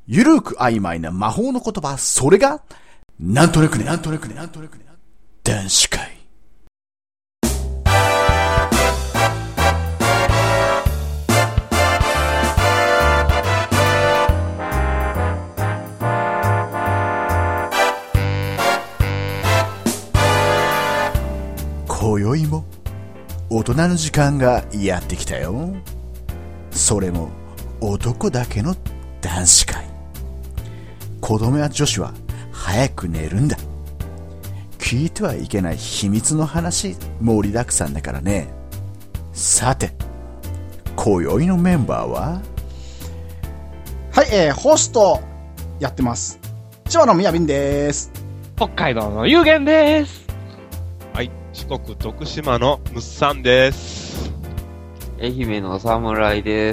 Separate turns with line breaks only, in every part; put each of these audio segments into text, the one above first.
ゆるく曖昧な魔法の言葉、それが、なんとなくね、男子会。今宵も大人の時間がやってきたよ。それも男だけの男子会。子供や女子は早く寝るんだ。聞いてはいけない秘密の話盛りだくさんだからね。さて、今宵のメンバーは、
はい、ホストやってます。千葉のみやびんです。
北海道のゆうげんです。
はい、四国徳島のむっさんです。
愛媛の侍です。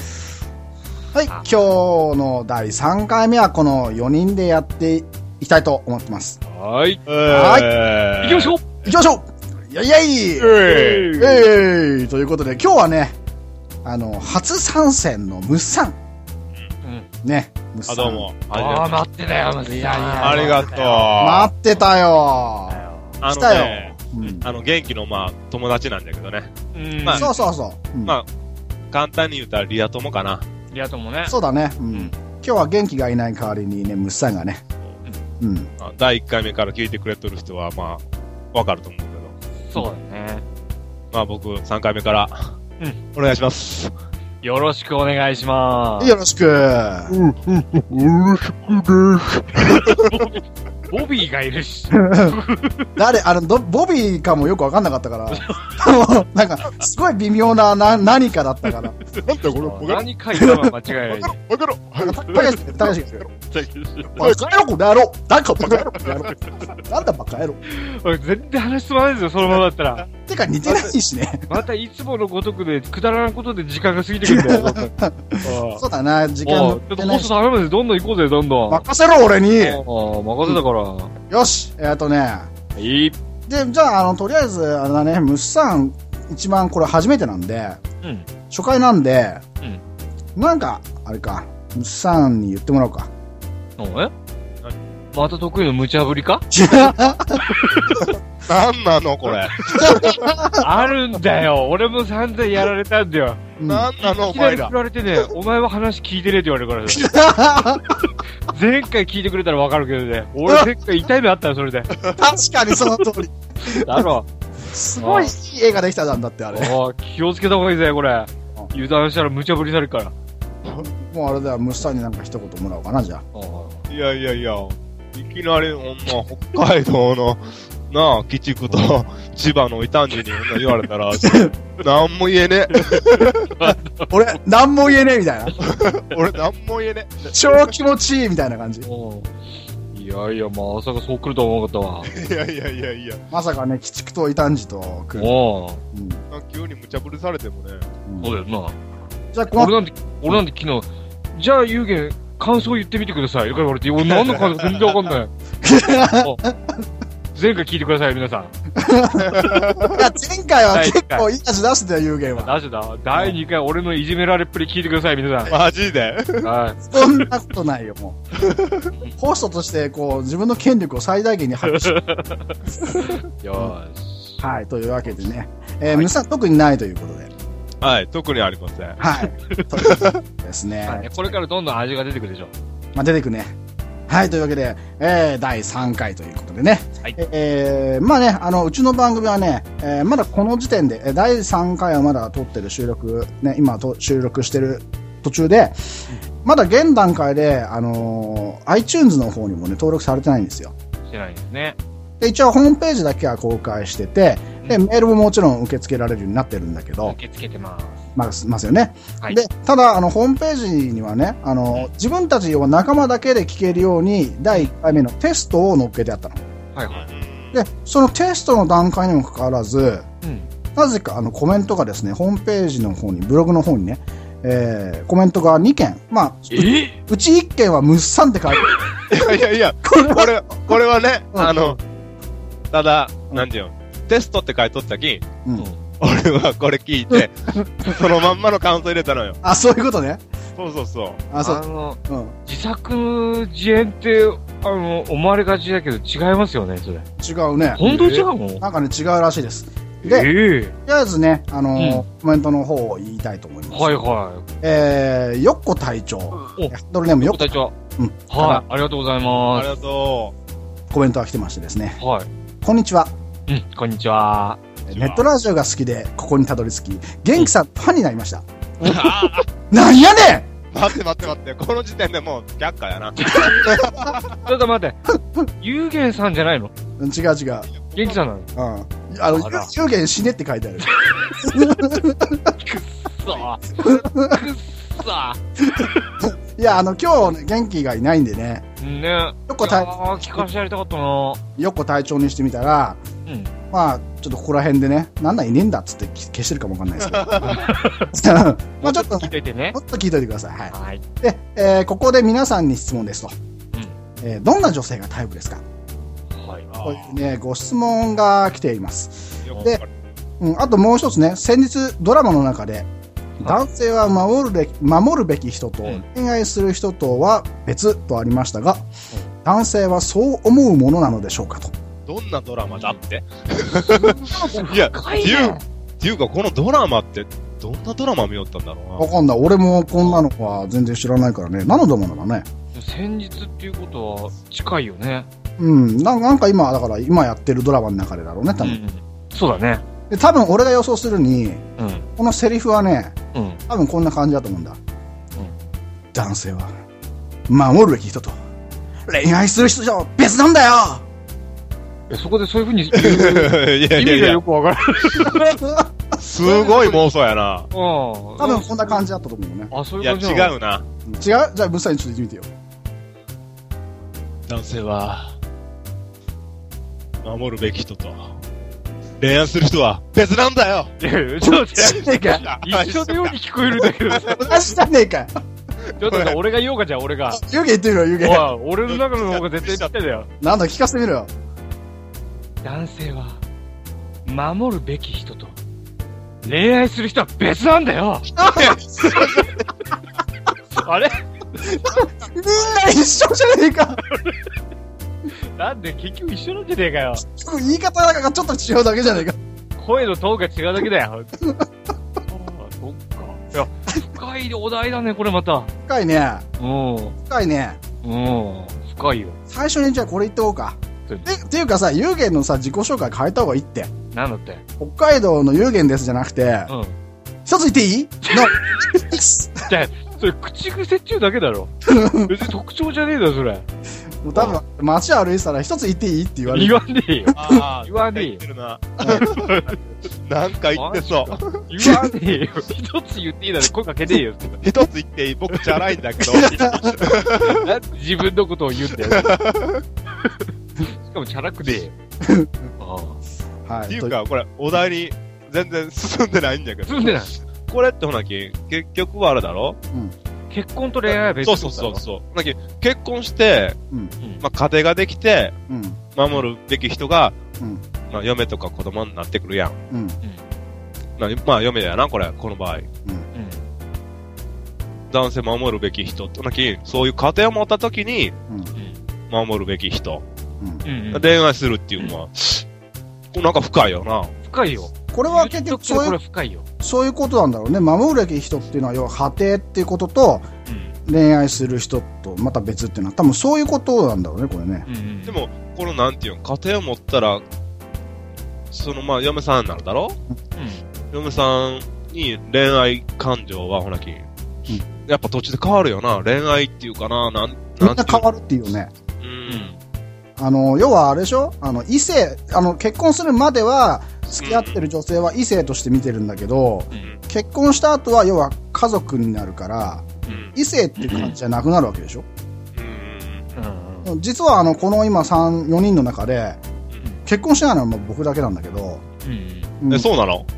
はい、今日の第3回目はこの4人でやっていきたいと思ってます。
はい。
はい。
行きましょう。
行きましょう。イェイイェイということで今日はね、初参戦のむっさん。ね、むっさん。
どうも。
待ってたよ、むっさん。
ありがとう。
待ってたよ。来たよ。
元気の友達なんだけどね。
そう。
簡単に言うたらリア友かな。
リア友ね。
そうだね。今日は元気がいない代わりにね、むっさんがね。
第1回目から聞いてくれてる人はわかると思うけ
ど。そうだね。
僕3回目からお願いします。
よろしくお願いします。
よろしく。よろしくです。
ボビーがいるし。
誰ボビーかもよくわかんなかったから。なんか、すごい微妙な何かだったから。なんだこれ、
何か言うのは間違いない。
バカ野郎たけしがバカ野郎この野郎なんかバカ野郎なんだバカ野郎
全然話進まないですよ、そのままだったら。
てか似てないしね。
またいつものごとくで、くだらないことで時間が過ぎてくるんだよ。
そうだな、時間
ちょっとホスト頼むぜ、どんどん行こうぜ、どんどん。
任せろ、俺に。
任せたから。
よし、
いい。
で、じゃあ、とりあえず、あれだね、むっさん、一番これ初めてなんで、初回なんで、なんか、あれか、むっさんに言ってもらおうか。
また得意の無茶ぶりか
なんなのこれ。
あるんだよ。俺も散々やられたんだよ。
なんなのお前ら。
いきなり振られてね、お前は話聞いてねえって言われるからね。前回聞いてくれたらわかるけどね。俺前回痛い目あったよ、それで。
確かにその通り。
だろ。
すごいいい映画できたじゃんだってあれ。
気をつけた方がいいぜ、これ。油断したら無茶ぶりされるから。
もうあれだよ、ムッサンになんか一言もらおうかな、じゃあ。
いや。いきなり、北海道の、なあ、鬼畜と千葉の異端児に言われたら、なんも言えねえ。
俺、なんも言えねえみたいな。
俺、なんも言えね
え。超気持ちいいみたいな感じ。
いや、まさかそう来るとは思わなかった
わ。いや。
まさかね、鬼畜と異端児と来る。
急に無茶ぶりされてもね。
そうだよな。
じゃあ、
俺なんて昨日、じゃあ、ゆうげん、感想言ってみてください。とか言われて、俺何の感想全然わかんない。前回聞いてください、皆さん。
いや、前回は結構いい味出してたよ、有限は。
出してた第2回、俺のいじめられっぷり聞いてください、皆さん。
マジで
はい。
そんなことないよ、もう。ホストとして、自分の権力を最大限に発揮し
よーし。
はい、というわけでね。皆さん特にないということで。
はい、特にありません。
はい。ということですね。
これからどんどん味が出てくるでしょ。
出てくね。はい、というわけで、第3回ということでね。
はい。
うちの番組はね、まだこの時点で、第3回はまだ撮ってる収録、ね、今収録してる途中で、まだ現段階で、iTunes の方にもね、登録されてないんですよ。
してないですね。
で、一応ホームページだけは公開してて、で、メールももちろん受け付けられるようになってるんだけど。
受け付けてます。
ますよね。
はい。
で、ただ、ホームページにはね、自分たちを仲間だけで聞けるように、第1回目のテストを載っけてあったの。
はいはい。
で、そのテストの段階にもかかわらず、なぜかコメントがですね、ホームページの方に、ブログの方にね、コメントが2件。うち1件はムッサンって書いて
ある。いや、これはね、ただ、なんていうの、テストって書いとったき、俺はこれ聞いて、そのまんまの感想入れたのよ。
あ、そういうことね。
そうそうそう。
あ、そう。うん。
自作自演って、思われがちだけど違いますよね、それ。
違うね。
本当に違うの？
なんかね、違うらしいです。で、とりあえずね、コメントの方を言いたいと思います。
はいは
よっこ隊長。
お
ハンドルネーム
い。
よっこ
隊長。
うん。
はい。ありがとうござい
あ
ま
りがと
コメントが来てましてですね。
す。はい。
こんにちは。
うん、こんにちは。
ネットラジオが好きで、ここにたどり着き、元気さんファンになりました。
う。あ
なんやね
ー待って。この時点でもう却下やな。
ちょっと待って。ゆうげんさんじゃないの？
ん違う。
元気さんなの？
うん。
あら
有限死ねって書いてある。
くっそ
いや、今日ね、元気がいないんでね、
ね。
よっこ隊
聞かせてやりたかったな。
よっこ隊長にしてみたら、
うん。
まあ、ちょっとここら辺でね、なんだいねえんだっつって消してるかもわかんないですけど。まあちょっと、
聞いといてね
も。っと聞いといてください。はい。
はい。
で、ここで皆さんに質問ですと。どんな女性がタイプですか？
はい。
こういうね、ご質問が来ています。
よく
であともう一つね、先日ドラマの中で、男性は守るべき人と恋愛する人とは別とありましたが、男性はそう思うものなのでしょうかと。
どんなドラマだっていや、
深いね
っていうか、このドラマって、どんなドラマ見よったんだろうな。
わかんない。俺もこんなのは全然知らないからね。何のドラマだね。
先日っていうことは近いよね。
なんか今、だから今やってるドラマの中でだろうね、多分。
そうだね。
で、多分俺が予想するに、
うん。
このセリフはね、
うん。
多分こんな感じだと思うんだ。男性は、守るべき人と、恋愛する人じゃ別なんだよ
そこでそういう風に言う
いや
意味がよくわからない。
すごい妄想やな。
多分こんな感じだったと思うね。
あ、そう
いや、
いう感じなの？
違うな。
違うじゃあ、ブッサイにちょっと言ってみてよ。
男性は、守るべき人と、恋愛する人は別なんだよ。
いやいやちょっと待って。
ねえか。
一緒のように聞こえるんだけどさ。
同じじゃねえかよ。
ちょっと待って、俺が言おうかじゃあ、俺が。
湯気言ってみろよ、湯気。
おい、俺の中の方が絶対ぴったりだよ。
なんだ、聞かせてみろよ。
男性は、守るべき人と、恋愛する人は別なんだよ。あれ
みんな一緒じゃねえか。
なんで結局一緒なんじゃねえかよ。
言い方がちょっと違うだけじゃねえか。
声のトーンが違うだけだよ。ああ、そっか。いや、深いお題だね、これまた。
深いね。
うん。
深いね。
深いよ。
最初にじゃあこれ言っておこうか。っていうかさ、有限のさ、自己紹介変えた方がいいって。
なんだって。
北海道の有限ですじゃなくて、
うん。
一つ言っていいの
じゃあ、それ口癖っちゅうだけだろ。別に特徴じゃねえだろ、それ。
もう多分、街歩いてたら一つ言っていいって言われる。
言わねえよ。
ああ、
言わねえよ
言ってるな。なんか言ってそう。
言わねえよ。一つ言っていいなら声かけねえよ。
一つ言っていい僕チャラいんだけど。
なんで自分のことを言うんだよ。しかもチャラくねえよ。
はい。
っていうか、これ、お題に全然進んでないんだけど。
進んでない。
これってほなき、結局はあれだろ
結婚と恋愛は別
そうそう。なき、結婚して、まあ、家庭ができて、守るべき人が、まあ、嫁とか子供になってくるやん。まあ、嫁だよな、これ、この場合。男性守るべき人となき、そういう家庭を持った時に、守るべき人。恋愛するっていうのは、なんか深いよな。
深いよ。
これは結局そういう、そういうことなんだろうね。守るべき人っていうのは、要は家庭っていうことと、恋愛する人とまた別っていうのは、多分そういうことなんだろうね、これね。
でも、このなんていうの、家庭を持ったら、まあ、嫁さんになるだろ嫁さんに恋愛感情は、ほらき、やっぱ途中で変わるよな。恋愛っていうかな、
みんな変わるっていうよね。要はあれでしょ異性、結婚するまでは、付き合ってる女性は異性として見てるんだけど、結婚した後は要は家族になるから、異性っていう感じじゃなくなるわけでしょ。実はこの今4人の中で、結婚してないのは僕だけなんだけど。
そうなの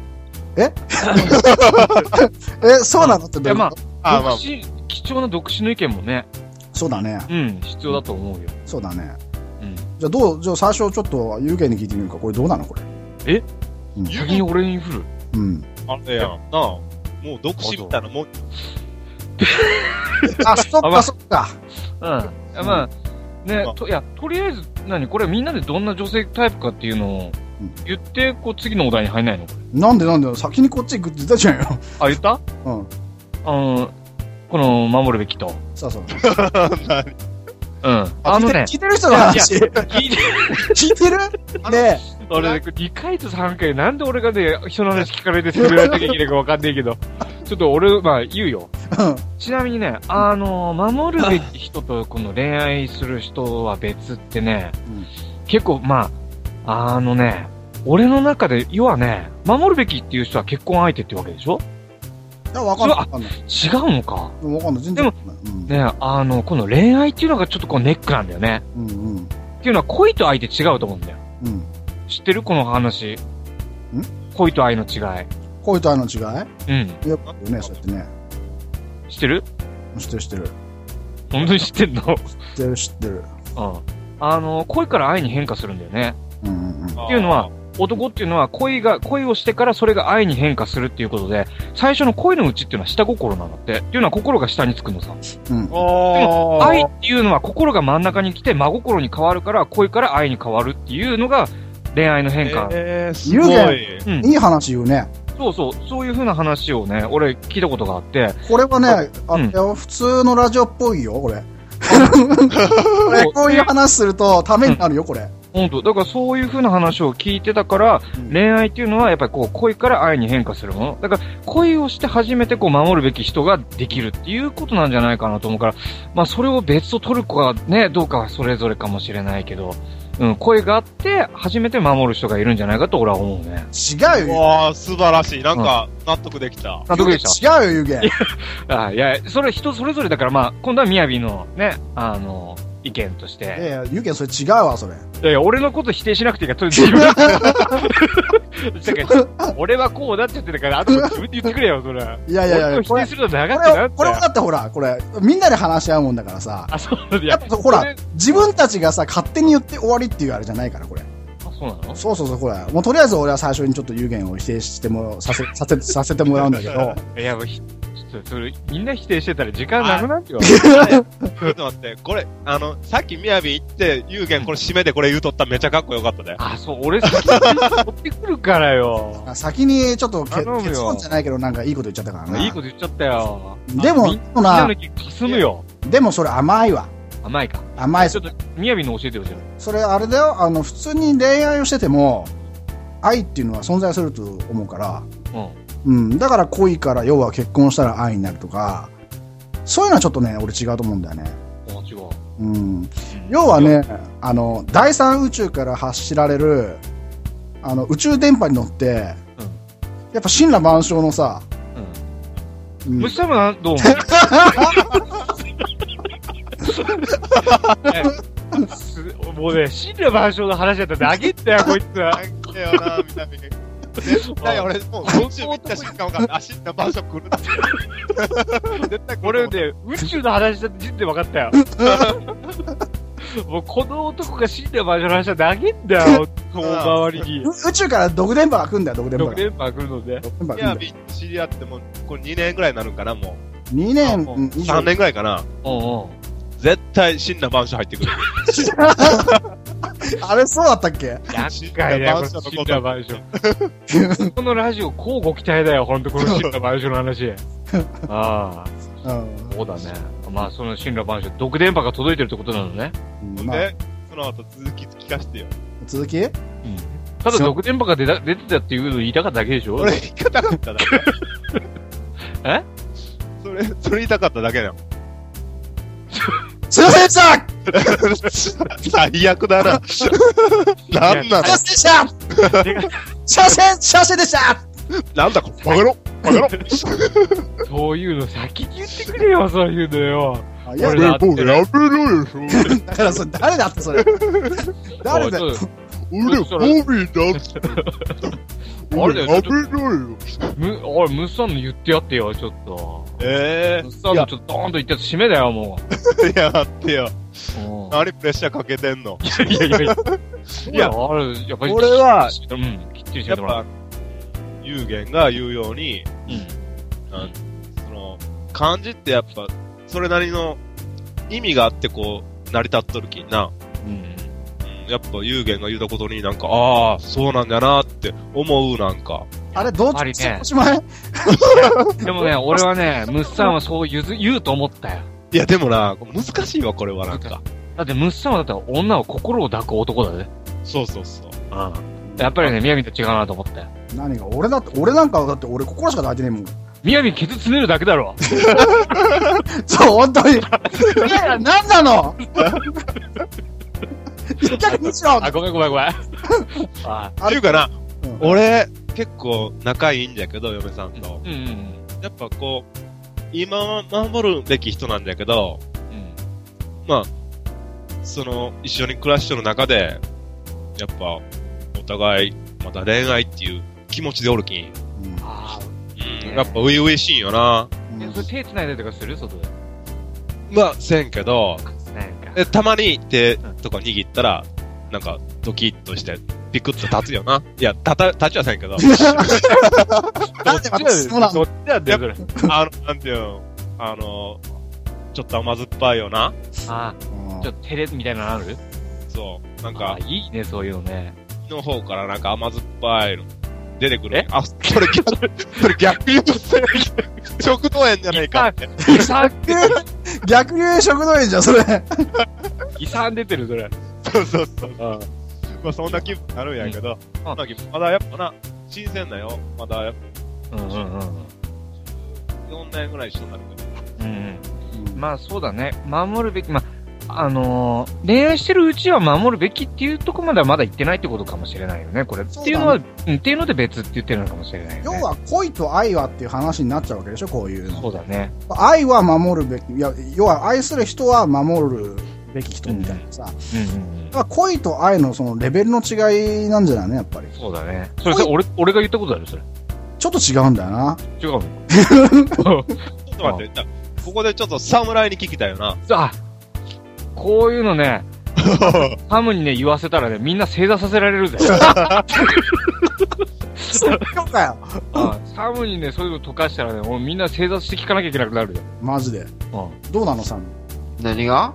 そうなのってどういうこと？
貴重な独身の意見もね。
そうだね。
必要だと思うよ。
そうだね。じゃあ最初ちょっと有限に聞いてみるか。これどうなのこれ。
先に俺に振る。
あれやん。もう独身みたいなもん。
あ、そっかそっか。
うん。まあ、ね、とりあえず、これみんなでどんな女性タイプかっていうのを言って、こう次のお題に入んないの？
なんで先にこっち行くって言ったじゃんよ。
あ、言った？
うん。
この、守るべきと。
そうそう。
うん。
聞いてる人の話。聞いてるね
俺、2回と3回、なんで俺がね、人の話聞かれて滑らなきゃいけないかわかんないけど。ちょっと俺、まあ、言うよ。ちなみにね、守るべき人とこの恋愛する人は別ってね、結構、まあ、俺の中で、要はね、守るべきっていう人は結婚相手ってわけでしょ？
いや、わかんない。
違うのか。
わかんない。全然。
でも、ね、この恋愛っていうのがちょっとこうネックなんだよね。っていうのは恋と愛って違うと思うんだよ。知ってる？この話。恋と愛の違い。
恋と愛の違い？よくね、そうやってね。
知ってる？
知ってる。
本当に知ってんの？
知ってる。
恋から愛に変化するんだよね。っていうのは、男っていうのは恋をしてからそれが愛に変化するっていうことで、最初の恋のうちっていうのは下心なんだって。っていうのは心が下につくのさ。でも愛っていうのは心が真ん中に来て真心に変わるから恋から愛に変わるっていうのが恋愛の変化。
すごい。いい話言うね。
そういう風な話をね、俺聞いたことがあって。
これはね、普通のラジオっぽいよ、これ。こういう話するとためになるよ、これ。
本当。だからそういう風な話を聞いてたから、恋愛っていうのはやっぱりこう恋から愛に変化するもの。だから恋をして初めてこう守るべき人ができるっていうことなんじゃないかなと思うから、まあそれを別と取る子はね、どうかはそれぞれかもしれないけど、恋があって初めて守る人がいるんじゃないかと俺は思うね。
違うよ。
わー、素晴らしい。なんか、納得できた。
納得できた。違うよ、湯気。
いや、それ人それぞれだからまあ、今度はみやびのね、意見として。
いや、湯気それ違うわ、それ。
いや、俺のこと否定しなくていいから、自分だから俺はこうだって言ってたから、あと自分で言ってくれよ、それ。
いや、
否定するの長くなって。
これはだってほら、これ、みんなで話し合うもんだからさ。
あ、そう
やっぱほら、自分たちがさ、勝手に言って終わりっていうあれじゃないから、これ。
あ、そうなの？
そう、これ。もうとりあえず俺は最初にちょっと有言を否定しても、させてもらうんだけど。
いや、それ、みんな否定してたら時間なくなってよ。
ちょっと待って、これ、さっきみやび行って、ゆうげんこれ締めでこれ言うとったらめちゃかっこよかったで。
あ、そう、俺先に取ってくるからよ。
先にちょっと結論じゃないけどなんかいいこと言っちゃったからな。
いいこと言っちゃったよ。
でも、
みんなの気かすむよ。
でもそれ甘いわ。
甘いか。
甘い。
ちょっと、みやびの教えてよ、じゃあ。
それあれだよ、普通に恋愛をしてても、愛っていうのは存在すると思うから、だから恋から要は結婚したら愛になるとか、そういうのはちょっとね、俺違うと思うんだよね。
違う。
要はね、第三宇宙から発しられる、宇宙電波に乗って、やっぱ神羅万象のさ、
虫さんはどう思うもうね、神羅万象の話だったら投げんだよ、こいつは。
投げよな、みたいな。絶対俺、もう宇宙見た瞬間分かった。神羅万象来るって。絶対
俺ね、宇宙の話だって時点で分かったよ。もうこの男が神羅万象の話は投げんだよ、その周りに。
宇宙から毒電波が来るんだよ、毒電波が。
毒電波が来るので。
いや、知り合ってもう、これ2年ぐらいになるんかな、もう。
2年、
3年ぐらいかな。絶対神羅万象入ってくる。
あれそうだったっけ？
厄介だよ、神羅万象。このラジオ、こうご期待だよ、ほんとこの神羅万象の話。ああ。そうだね。まあ、その神羅万象、毒電波が届いてるってことなのね。
で、その後続き聞かせてよ。
続き？
ただ毒電波が出てたっていうのを言いたかっただけでしょ？
俺言いたかっただけ。
え？
それ言いたかっただけだよ。
すいませんでした
最悪だな。なんなの？
すいませんでした
なんだこれ、バカ野郎バカ野郎
そういうの先に言ってくれよ、そういうのよ。
いや、
僕やめろよ、
だからそれ誰だってそれ。誰だよ。
俺、ボビーだって。
あれだよ、
やめろよ。
ムッさんの言ってやってよ、ちょっと。ム
い
ッさんのちょっとドーンと言ったやつ締めだよ、も
う。やってよ。何プレッシャーかけてんの？
いや、あれ、やっぱり。
俺は、
きっちりして
やっぱ、有言が言うように、 漢字ってやっぱ、それなりの意味があってこう、成り立っとるきんな。やっぱ、有限が言うたことになんか、ああ、そうなんだなって思う、なんか。
あれ、どっち、
ね、
おしまい
でもね、俺はね、ムッサンはそう言うと思ったよ。
いや、でもな、難しいわ、これはなんか。
だって、ムッサンはだったら女を心を抱く男だね。
そうそうそう。
やっぱりね、みやびと違うなと思ったよ。
何が俺なんかだって俺心しか抱いてねえもん。
みやびケツつねるだけだろ。
そう、本当に。いや、なんなの一脚にしろ。
あ、ごめん。あ
っていうかな、俺、結構仲いいんだけど、嫁さんと。やっぱこう、今は守るべき人なんだけど、まあ、一緒に暮らしてる中で、やっぱ、お互い、また恋愛っていう気持ちでおるきん。やっぱ初々しいんよな。
それ手繋いだりとかする外で。
まあ、せんけど、たまに手とか握ったら、なんか、ドキッとして、ピクッと立つよな。いや、立ちはせんけど。
どっち
やってる
なんていうの、ちょっと甘酸っぱいよな。
ちょっと照れみたいなのある？
そう。なんか、
いいね、そういうのね。
の方からなんか甘酸っぱいの出てくる。それ逆に言うと、食道炎じゃねえかって。
逆に言う食道炎じゃん、それ。
胃酸出てる、それ。
そう。まあそんな気分になるんやけど、まだやっぱな、新鮮だよ。まだやっぱ。4年ぐらい一緒になるけど。
まあそうだね。守るべき、恋愛してるうちは守るべきっていうところまではまだ言ってないってことかもしれないよね、これ。っていうのは、っていうので別って言ってるのかもしれないよね。
要は恋と愛はっていう話になっちゃうわけでしょ、こういうの。
そうだね。
愛は守るべき、要は愛する人は守るべき人みたいなさ。恋と愛のそのレベルの違いなんじゃないの、やっぱり。
そうだね。それ俺が言ったことだよ、それ。
ちょっと違うんだよな。
違うの
ちょっと待って、ここでちょっと侍に聞きたいよな。
こういうのね、サムにね、言わせたらね、みんな正座させられるぜ。
そうかよ。
サムにね、そういうの溶かしたらね、もうみんな正座して聞かなきゃいけなくなるよ。
マジで。どうなの、サム。
何が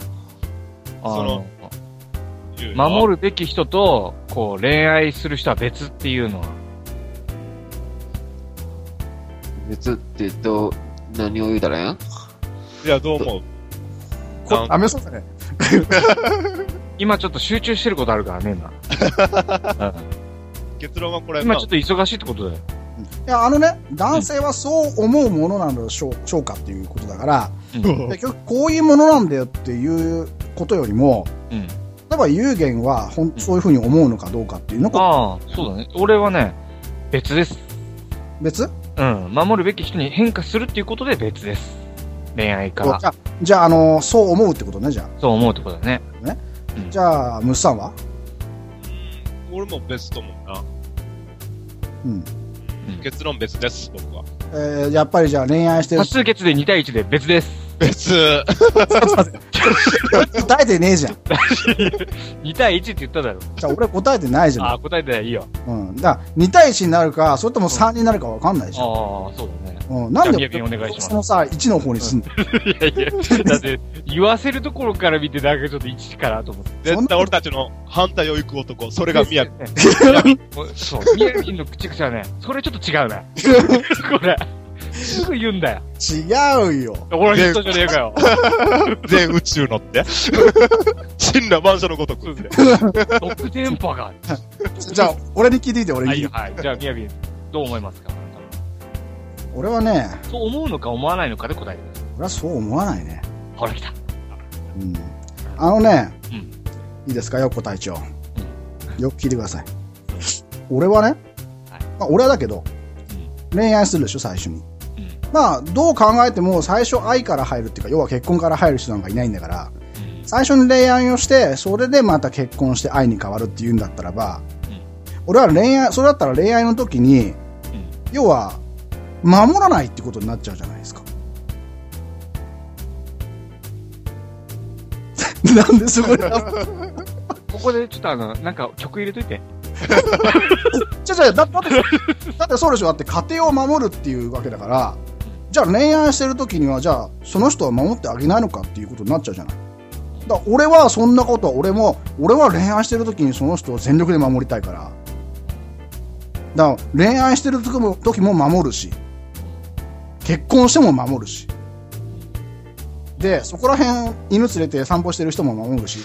守るべき人と、こう、恋愛する人は別っていうのは。
別って何を言うたらええん？
いや、どう思う？
ダメそうだね。
今ちょっと集中してることあるからね、今。
結論はこれ。
今ちょっと忙しいってことだよ。
いや、男性はそう思うものなんでしょうかっていうことだから、結局こういうものなんだよっていうことよりも、例えば有限はそういうふうに思うのかどうかっていうの
が。そうだね。俺はね、別です。
別？
守るべき人に変化するっていうことで別です。恋愛から。
じゃあ、そう思うってことね、じゃあ。
そう思うってことだね。
じゃあ、ムスさんは？
俺も別と思うな。結論別です、僕は。
やっぱりじゃあ恋愛してる。
多数決で2対1で別です。
別。
答えてねえじゃん。
2対1って言っただろ。
じゃあ俺答えてないじゃん。
答えてないいいよ。
だから2対1になるか、それとも3になるか分かんないじゃん。
そうだね。
なんで
お願いします。
そのさ、1の方にすんの？
いや、だって言わせるところから見てなんかちょっと1かなと思って。
絶対俺たちの反対を行く男、それが宮
城。そう、宮城の口癖はね、それちょっと違うね。これ。すぐ言うんだよ。
違うよ。
俺は人じゃねえかよ。
全宇宙のって。神羅万象のごとく。
6電波が。
じゃあ、俺に聞いてみて、俺に。
はい。じゃあ、宮城、どう思いますか？
俺はね。
そう思うのか思わないのかで答えてください。
俺はそう思わないね。
ほら来た。
いいですか、横隊長。よく聞いてください。俺はね、俺はだけど、恋愛するでしょ、最初に。どう考えても最初愛から入るっていうか、要は結婚から入る人なんかいないんだから、最初に恋愛をして、それでまた結婚して愛に変わるっていうんだったらば、俺はそれだったら恋愛の時に、要は、守らないってことになっちゃうじゃないですか。なんでそこで
ここでちょっとなんか曲入れといて。
だってそうでしょ。だって家庭を守るっていうわけだから、 じゃあ恋愛してる時には、じゃあその人は守ってあげないのかっていうことになっちゃうじゃない。だから俺はそんなことは、俺は恋愛してる時にその人を全力で守りたいから。だから恋愛してる時も守るし、結婚しても守るし。で、そこら辺犬連れて散歩してる人も守るし。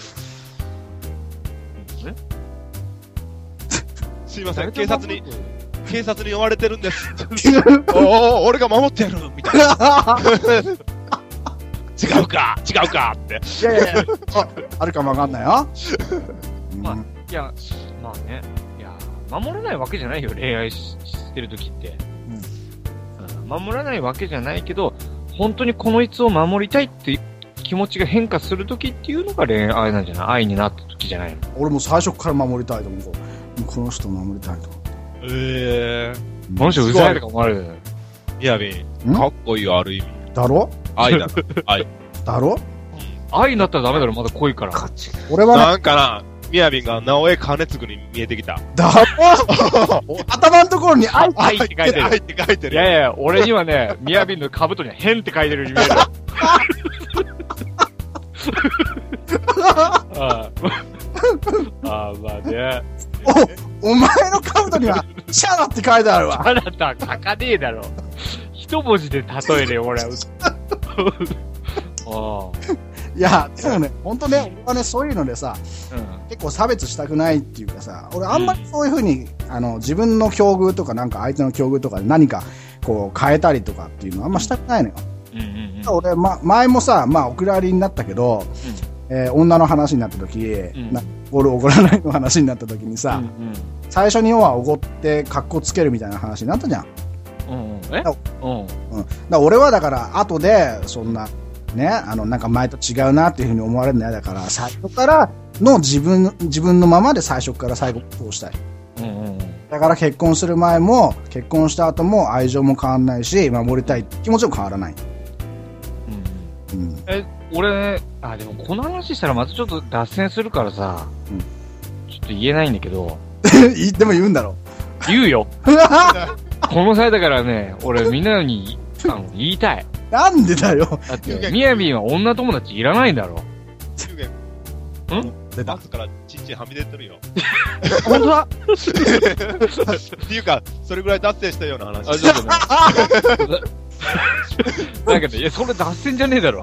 すいません、警察に追われてるんです。お俺が守ってやるみたいな。違うかって。
いやあるかもわかんないよ。
まあ、いや、まあね。いや、守らないわけじゃないよ、恋愛してる時って。守らないわけじゃないけど、本当にこのいつを守りたいって気持ちが変化する時っていうのが恋愛なんじゃない？愛になった時じゃないの？
俺も最初から守りたいと思う。この人を守りたいと思って。
この人うざいとか思われるよね。
みやびん、かっこいいよ、ある意味。
だろ？
愛だ。愛。
だろ？
愛になったらダメだろ、まだ濃いから。
俺はね、
なんかな、みやびんが直江兼次に見えてきた。
だろ？頭のところに愛
って書いてる。
愛って書いてる。
いや、俺にはね、みやびんの兜には変って書いてるように見える。ああ、まあね。
お前の兜には、シャラって書いてあるわ。
シャラとは書かねえだろ。一文字で例えれよ、俺は。
いや、でもね、ほんとね、俺はね、そういうのでさ、結構差別したくないっていうかさ、俺あんまりそういう風に、自分の境遇とかなんか相手の境遇とかで何かこう変えたりとかっていうのはあんましたくないのよ。俺、前もさ、お蔵入りになったけど、女の話になった時、おごらないの話になった時にさ、最初に要はおごって格好つけるみたいな話になったじゃん。俺はだから後でそんなね、なんか前と違うなっていうふうに思われるの嫌だから、最初からの自分のままで最初から最後こうしたい。だから結婚する前も結婚した後も愛情も変わんないし、守りたい気持ちも変わらない。
俺、でもこの話したらまたちょっと脱線するからさ、ちょっと言えないんだけど。
でも言うんだろ。
言うよ。この際だからね、俺みんなに言いたい。
なんでだよ。
だって、みやびんは女友達いらないんだろ。
出た。バスからチンチンはみ出てるよ。
本当だ
っていうか、それぐらい脱線したような話。
ちょっとね。だけど、いや、それ脱線じゃねえだろ。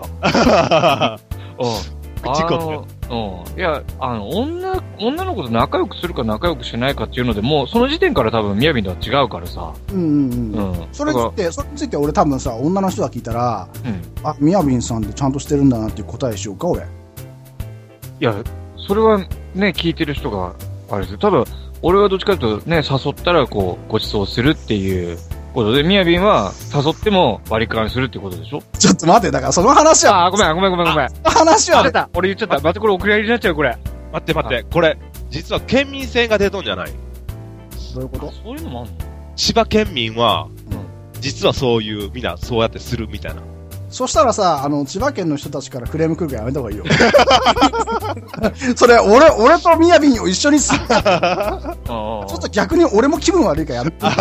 いや、女の子と仲良くするか仲良くしないかっていうので、もう、その時点から多分、みやびんとは違うからさ。それについて俺多分さ、女の人が聞いたら、みやびんさんってちゃんとしてるんだなっていう答えしようか、俺。いや、それはね、聞いてる人が、あれですよ。ただ、俺はどっちかというとね、誘ったら、こう、ご馳走するっていうことで、みやびんは誘っても割り勘するってことでしょ？
ちょっと待って、だからその話は。
ごめん。その
話は。
俺言っちゃった。待って、これ送り合いになっちゃう、これ。
待って。これ、実は県民性が出とんじゃない？
どういうこと？
そういうのもあんの？
千葉県民は、実はそういう、みんなそうやってするみたいな。
そしたらさ、千葉県の人たちからクレーム来るからやめた方がいいよ。それ、俺とみやびんを一緒にする。ちょっと逆に俺も気分悪いからやめて。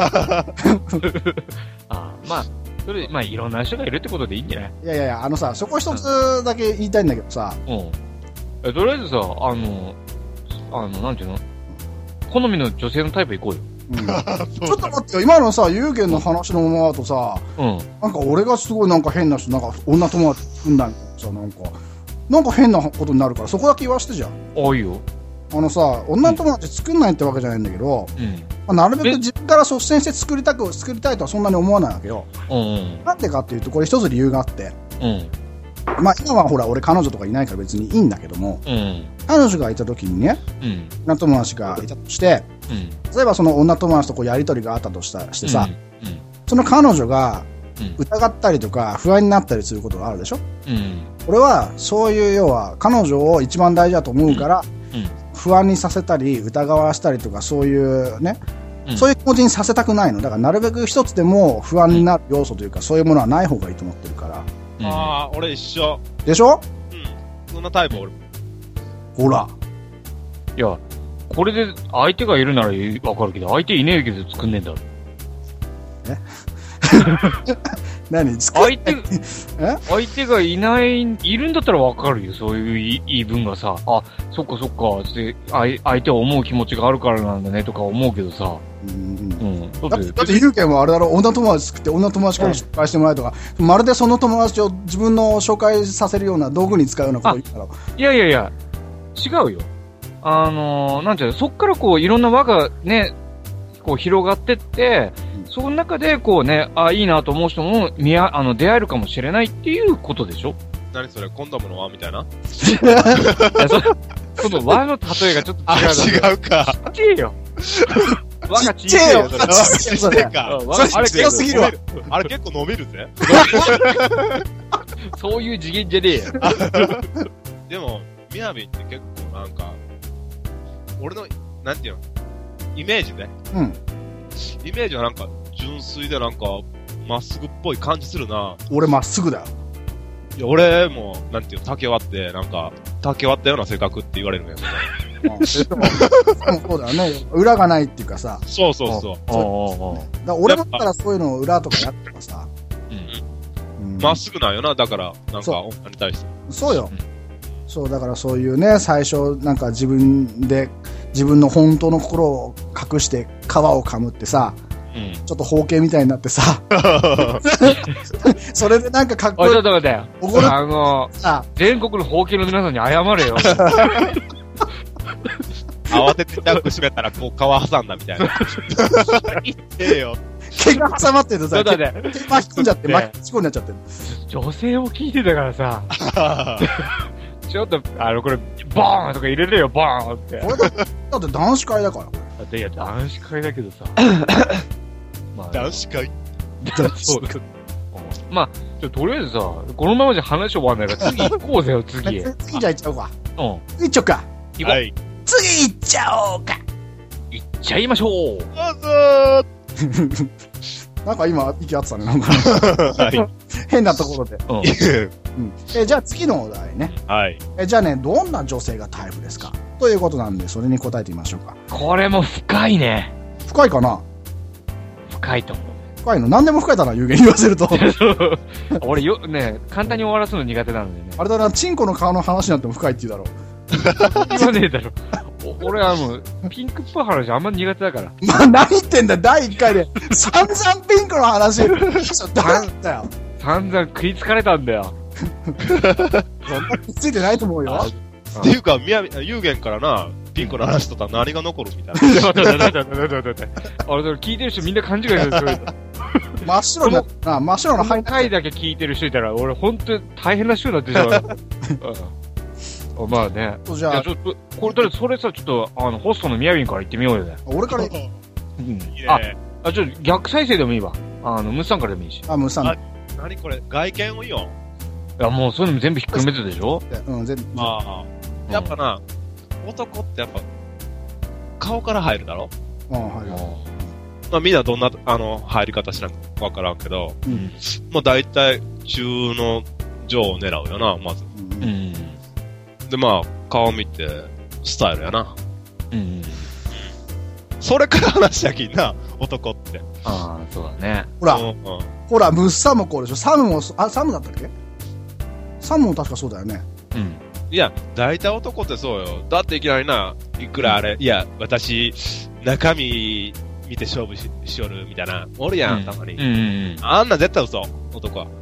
それ、いろんな人がいるってことでいいんじゃない？
いや、そこ一つだけ言いたいんだけどさ。
とりあえずさ、なんていうの？好みの女性のタイプ行こうよ。
ちょっと待ってよ、今のさ、ゆうげんの話のままだとさ、なんか俺がすごいなんか変な人、なんか女友達組んだんだけどさ、なんか変なことになるから、そこだけ言わしてじゃん。
いいよ。
女友達作んないってわけじゃないんだけど、なるべく自分から率先して作りたいとはそんなに思わないわけよ。なんでかっていうと、これ一つ理由があって、今はほら、俺彼女とかいないから別にいいんだけども、彼女がいた時にね、女友達がいたとして、例えばその女友達とこうやりとりがあったとしてさ、その彼女が疑ったりとか不安になったりすることがあるでしょ。俺はそういう要は彼女を一番大事だと思うから、不安にさせたり疑わしたりとかそういうね、そういう気持ちにさせたくないの。だからなるべく一つでも不安になる要素というか、そういうものはない方がいいと思ってるから。
俺一緒。
でしょ？
そんなタイプ俺。
ほら。
いや、これで相手がいるならわかるけど、相手いねえけど作んねえんだろ。
何
相手がいるんだったらわかるよ、そういう言い分がさ。あ、そっかそっか、って相手を思う気持ちがあるからなんだねとか思うけどさ。
だってゆうけんはあれだろ、女友達作って女友達から紹介してもらえとか、まるでその友達を自分の紹介させるような道具に使うようなこと言ったら。
いや、違うよ。なんていうの、そっからこう、いろんな輪がね、こう広がってって、その中でこうね、いいなと思う人も出会えるかもしれないっていうことでしょ？
何それ、コンドームの輪みたいな？
その輪の例えがちょっと違う。
違うか。
ちっちゃいよ。輪がちっちゃいよ。
それか。
あれ
強すぎるわ。
あれ結構伸びるぜ。
そういう次元じゃねえよ。
でも、みやびって結構なんか、俺の、なんていうの、イメージね。イメージはなんか、純粋でなんか、まっすぐっぽい感じするな。
俺まっすぐだよ。
いや、俺も、なんていうの、竹割って、なんか、竹割ったような性格って言われるんやけど。
そうだよね。裏がないっていうかさ。
そう。
だ俺だったらそういうのを裏とかやってもさ。
まっすぐなんよな、だから、なんか、女に対して。
そうよ。そう、だからそういうね、最初、なんか自分の本当の心を隠して皮を噛むってさ、ちょっと包茎みたいになってさ、それでなんかかっこいい。
ちょっと待ってよ。全国の包茎の皆さんに謝れよ。
慌ててジャック閉めたら、こう、皮挟んだみたいな。言ってよ。
毛が挟まってるさ、毛巻き込んじゃって、巻き込んじゃっちゃってる。
女性を聞いてたからさ、ちょっと、これ、ボーンとか入れれよ、ボーンって。
だって男子会だから。
いや、男子会だけどさ。
男子会
そう。まあ、とりあえずさ、このままじゃ話終わんないから、次行こうぜよ、次。
次じゃあ行っちゃおうか。
次
行っちゃおうか。
はい。
次行っちゃおうか。
行っちゃいましょう。
どうぞ
なんか今、息合ってたね、なんか。
はい。
変なところで。じゃあ次のお題ね。
はい。
じゃあね、どんな女性がタイプですかということなんで、それに答えてみましょうか。
これも深いね。
深いかな？
深いと思う。
深いの？何でも深いだな、有言言わせると。
俺ね、簡単に終わらすの苦手なんだよね。
あれだな、チンコの顔の話になっても深いって言うだろう。
言わねえだろ。俺はもう、ピンクっぽい話あんま苦手だから。
何言ってんだ、第1回で。散々ピンクの話。だよ。
散々食いつかれたんだよ。
そんなついてないと思うよ。
っていうか、ゆうげんからな、ピンクの話とったら何が残るみたいな。
待って。俺、聞いてる人みんな勘違いする。
真っ白な、真っ白な
回だけ聞いてる人いたら、俺ほんと大変な人になってしまう。まあね。
じゃあ、
ちょっと、これ、それさ、ちょっと、ホストのみやびんから言ってみようよね。
俺から
ちょっと逆再生でもいいわ。ムッさんからでもいいし。
ムッさん。
何これ、外見をいいよ。
いや、もうそういうのも全部ひっくるめてでしょ？
全部。
やっぱな、男ってやっぱ、顔から入るだろ？
はい。
まあみんなどんな、入り方しなくわからんけど、まあ大体、中の上を狙うよな、まず。で、まあ、顔見て、スタイルやな。それから話やきんな、男って。
そうだね。
ほら、ムッサもこうでしょ。サムだったっけ？サムも確かそうだよね。
いや、大体男ってそうよ。だっていきなりな、いくらあれ、いや、私、中身見て勝負しよるみたいな、おるやん、たまに。あんな絶対嘘、男は。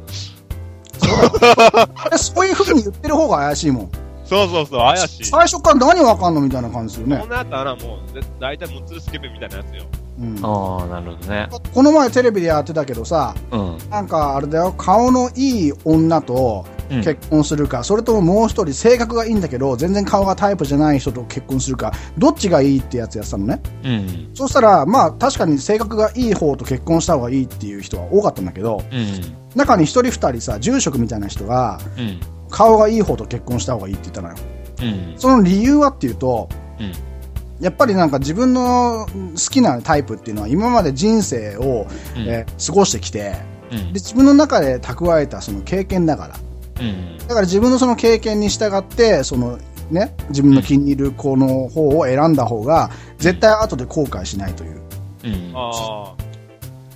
そういう風に言ってる方が怪しいもん。
そう、怪しい。
最初から何わかんのみたいな感じですよね。
こんなやったらもう、大体ムッツルスケベみたいなやつよ。
なるほどね。
この前テレビでやってたけどさ、なんかあれだよ、顔のいい女と結婚するか、それとももう一人性格がいいんだけど全然顔がタイプじゃない人と結婚するか、どっちがいいってやつやってたのね。そうしたらまあ確かに性格がいい方と結婚した方がいいっていう人は多かったんだけど、中に一人二人さ、住職みたいな人が、顔がいい方と結婚した方がいいって言ったのよ。その理由はっていうと、やっぱりなんか自分の好きなタイプっていうのは今まで人生を、過ごしてきて、で自分の中で蓄えたその経験だから、だから自分のその経験に従ってそのね、自分の気に入る子の方を選んだ方が絶対後で後悔しないという。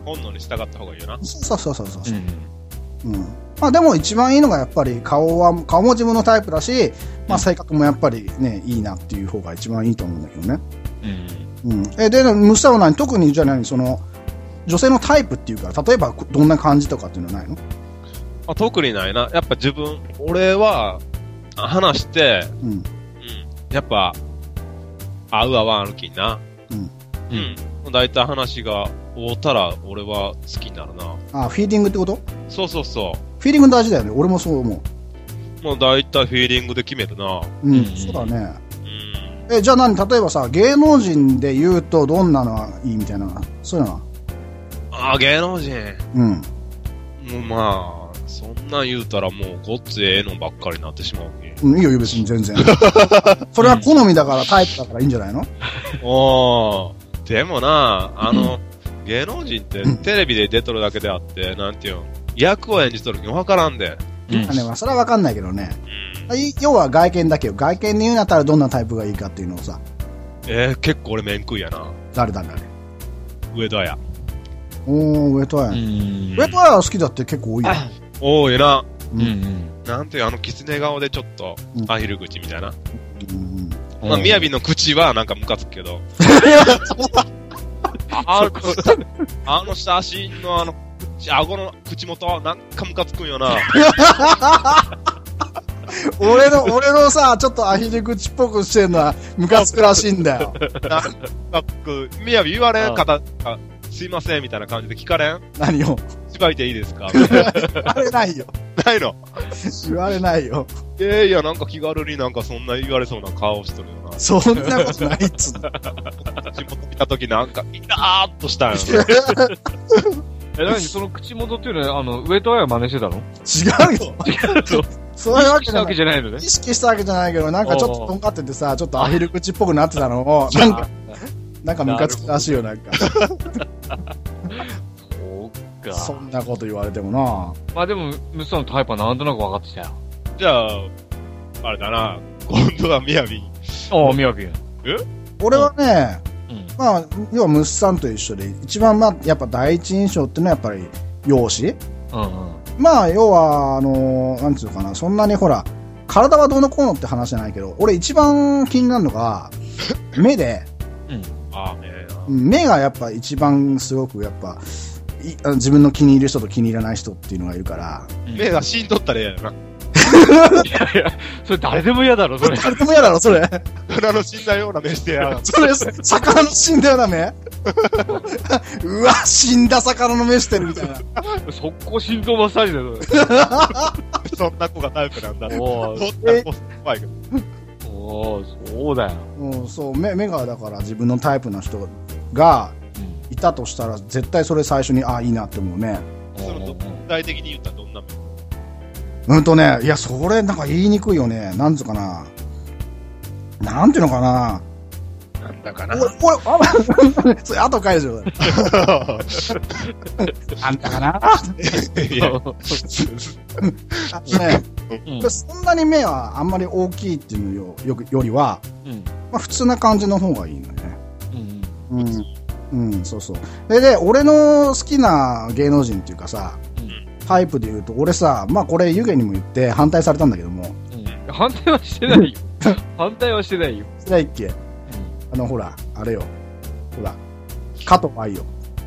本能に従った方がいいよな。
そうそう。うん。まあでも一番いいのがやっぱり顔も自分のタイプだし、まあ性格もやっぱりね、いいなっていう方が一番いいと思うんだけどね。うん。で、ムスタは特にじゃない、その、女性のタイプっていうか、例えばどんな感じとかっていうのはないの？
特にないな。やっぱ俺は、話して、やっぱ、合う合わん歩きにな。だいたい話が終わったら、俺は好きになるな。
フィーリングってこと？
そう。
フィーリング大事だよね。俺もそう思
う。もうだいたいフィーリングで決めるな。
そうだね。じゃあ例えばさ、芸能人で言うとどんなのがいいみたいな、そういうのは？
芸能人。もうまあ、そんなん言うたらもうごっつええのばっかりになってしまうけ。
いいよ、別に全然。それは好みだから、タイプだからいいんじゃないの？
でもな、芸能人ってテレビで出とるだけであって、なんていうの、役を演じとるのわからんで。
それはわかんないけどね。要は外見だけよ。外見で言うんだったらどんなタイプがいいかっていうのをさ。
結構俺面食いやな。
誰？
上戸彩。
上戸彩。上戸彩好きだって結構多いよ。
多いな。なんていうキツネ顔でちょっとアヒル口みたいな。まあ、みやびの口はなんかムカつくけど。写真の顎の口元なんかムカつくんよな。
俺のさ、ちょっとアヒル口っぽくしてるのはムカつくらしいんだよ。
みやび言われん方、すいませんみたいな感じで聞かれん？
何を？
芝居ていいですか？
言われないよ。
ないの？
言われないよ。
いや、なんか気軽になんかそんな言われそうな顔しとるよな。
そんなことないっつうの。
口元見たときなんか、イラーっとしたんよね。
何その口元っていうのは、上戸彩真似してたの？
違うよ。
違うの？
そういうわけ
したわけじゃないのね。
意識したわけじゃないけど、なんかちょっととんかっててさ、ちょっとアヒル口っぽくなってたのを、なんかムカつくらしいよ、なんか。
そうか。
そんなこと言われてもな。
まあでも、ムスタのタイプはなんとなく分かってきたよ。
じゃあ、あれだな、今度はみやび。
みやび。
俺はね、まあ、要はムスさんと一緒で、一番まあ、やっぱ第一印象っていうのはやっぱり、容姿？まあ、要は、なんていうのかな、そんなにほら、体はどうのこうのって話じゃないけど、俺一番気になるのが、目で、目がやっぱ一番すごくやっぱ、自分の気に入る人と気に入らない人っていうのがいるから。
目が死んどったら嫌やな。
いや、それ誰でも嫌だろ、それ。
誰でも嫌だろ、それ。
魚の死んだような目してや。
それ、魚の死んだような目うわ、死んだ魚の目してるみたいな。
速攻心臓マッサージだよ、
そんな子がタイプなんだ。怖いけど。
そうだよ。
そう、目がだから自分のタイプの人がいたとしたら、絶対それ最初に、いいなって思うね。
その具体的に言ったらどんな目？
いや、それなんか言いにくいよね。なんつうかな。なんていうのかな。
なんだかな。
それ後返すよ。あんたかな。そんなに目はあんまり大きいっていうのよりは、まあ普通な感じの方がいいのね。そうそう。で、俺の好きな芸能人っていうかさ、タイプで言うと、俺さ、まあこれ湯気にも言って反対されたんだけども。
反対はしてないよ。反対はしてないよ。
してないっけ？ほら、あれよ。ほら、加藤愛よ。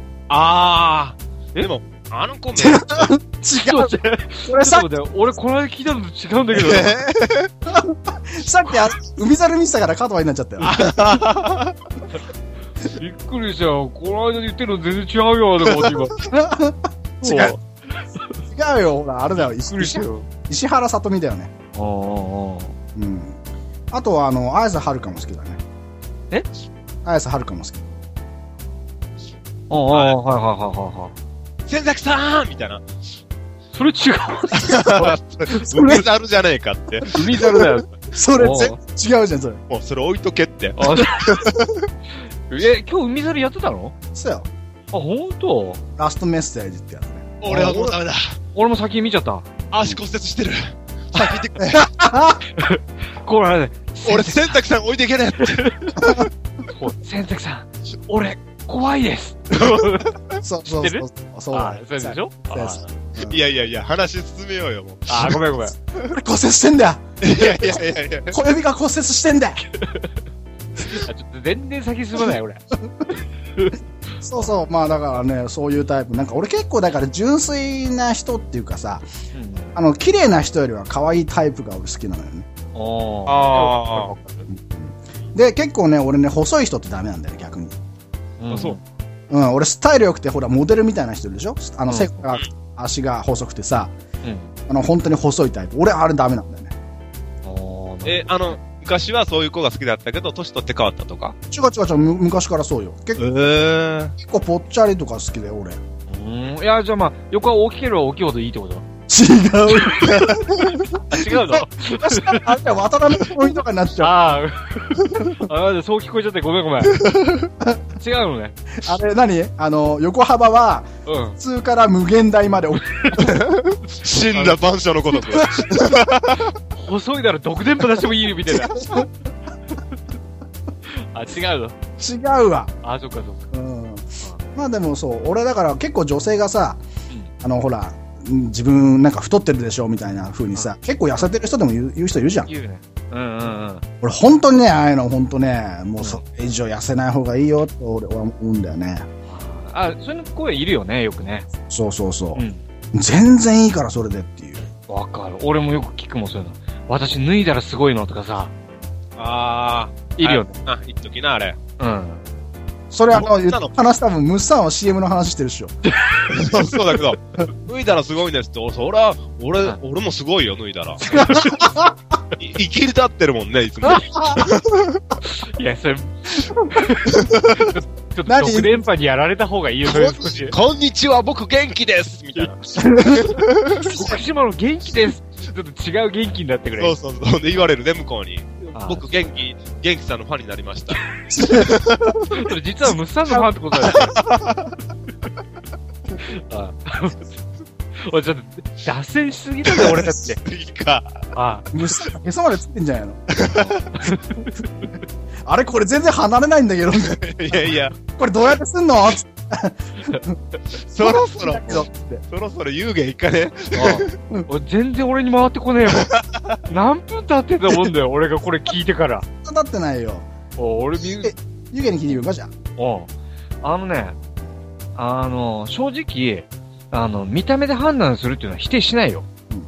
でも、子目。
違う。
俺さっき、俺この間聞いたのと違うんだけど。
さっき海猿見せたから加藤愛になっちゃったよ。
びっくりしたよ。この間言ってるの全然違うよ、でも今。
違うよ、ほら、あれだよ。石原さとみだよね。あとは、綾瀬はるかも好きだね。綾瀬はるかも好き。
はい。
千崎さんみたいな。
それ違う。
海猿じゃねえかって。
海猿だよ。
それ違うじゃん、それ。
もうそれ置いとけって。
今日海猿やってたの？
そうよ。
ほんと？
ラストメッセージってやつね。
俺はもうダメだ。
俺も先見ちゃった。
足骨折してる。先行ってくれ。
これね。
俺、千崎さん置いていけねえって。
千崎さん、俺、怖いです。
そうそうそう。そう
あ、そうでしょ
いやいやいや、話進めようよ、もう。
あ、ごめんごめん。
骨折してんだよ。
いやいやいやいや。
小指が骨折してんだよ。
ちょっと全然先進まない、俺。
そうそう。まあだからね、そういうタイプ。なんか俺結構だから純粋な人っていうかさ、綺麗な人よりは可愛いタイプが俺好きなのよね。
ああ。
で、結構ね、俺ね、細い人ってダメなんだよね、逆に。
そう。
俺スタイル良くて、ほら、モデルみたいな人いるでしょ？背が、足が細くてさ、本当に細いタイプ。俺、あれダメなんだよね。
昔はそういう子が好きだったけど、年取って変わったとか？
違う、昔からそうよ。結構ぽっちゃりとか好きだよ、俺。
いや、じゃあまあ、横は大きければ大きいほどいいってこと
違う。
違うの
あれ渡辺ポイントとかになっちゃう。
そう聞こえちゃってごめん。違うのね。
あれ何横幅は、普通から無限大まで。
死んだ万象のごとく。
細いなら独電波出してもいいみたいな。違うの
違うわ。
そっか。
まあでもそう、俺だから結構女性がさ、ほら、自分なんか太ってるでしょみたいな風にさ、結構痩せてる人でも言う人いるじゃん。
言うね。
俺本当にね、ああいうの本当ね、もうそれ以上痩せない方がいいよって俺は思うんだよね。
そういう声いるよね、よくね。
そう。全然いいからそれでっていう。
わかる。俺もよく聞くもん、そういうの。私脱いだらすごいのとかさ。いるよね。
一時な、あれ。
それ話多分、ムッサンは CM の話してるっしょ。
そうだけど、脱いだらすごいんですって、俺もすごいよ、脱いだら。生きり立ってるもんね、いつも。
いや、それ、ちょっと独電波にやられた方がいいよね、少し。
こんにちは、僕元気ですみたいな。
福島の元気ですちょっと違う元気になってくれ。
そう。で言われるね、向こうに。僕元気さんのファンになりました。
それ実はムッサンのファンってことだよ。俺ちょっと脱線しすぎだね、俺だって。
いいか。
ムッサン、へそまでつってんじゃないの？あれこれ全然離れないんだけど。
いや。
これどうやってすんの？
そろそろ有言いかね。
全然俺に回ってこねえよ。何分経ってたもんだよ、俺がこれ聞いてから。
経ってないよ。
俺
湯気に聞いてみるかじゃ
あ。正直、見た目で判断するっていうのは否定しないよ。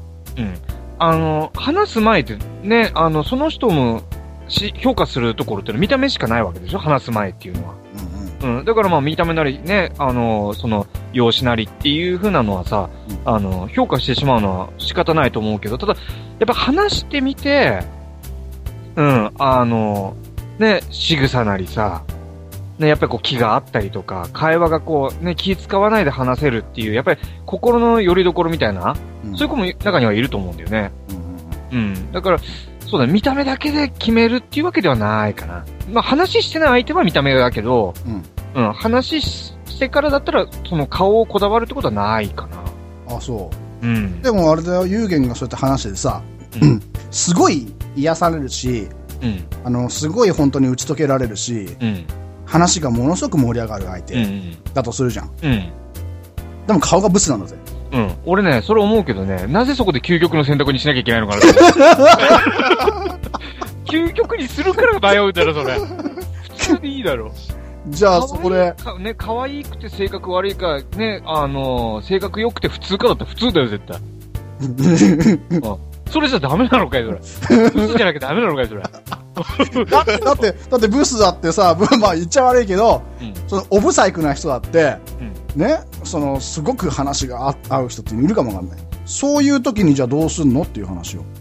話す前ってね、その人も評価するところってのは見た目しかないわけでしょ、話す前っていうのは。だからまあ見た目なりね、その容姿なりっていう風なのはさ、評価してしまうのは仕方ないと思うけど、ただ、やっぱ話してみて、ね、仕草なりさ、ね、やっぱりこう気があったりとか、会話がこうね、気使わないで話せるっていう、やっぱり心の拠り所みたいな、そういう子も中にはいると思うんだよね。だから、そうだね、見た目だけで決めるっていうわけではないかな。まあ話してない相手は見た目だけど、話してからだったら、その顔をこだわるってことはないかな。
そう。でもあれだよ、ユーゲンがそうやって話しててさ、すごい癒されるし、すごい本当に打ち解けられるし、話がものすごく盛り上がる相手だとするじゃん。でも顔がブスなんだぜ。
俺ね、それ思うけどね、なぜそこで究極の選択にしなきゃいけないのかなと究極にするから迷うんだろ、それ。普通でいいだろ。
じゃあ、そこで。
ね、可愛くて性格悪いか、ね、性格良くて普通かだったら普通だよ、絶対。それじゃダメなのかい、それ。ブスじゃなきゃダメなのかい、それ。
だってブスだってさ、まあ言っちゃ悪いけど、その、オブサイクな人だって、ね、すごく話が合う人っているかもわかんない。そういう時にじゃあどうすんのっていう話を。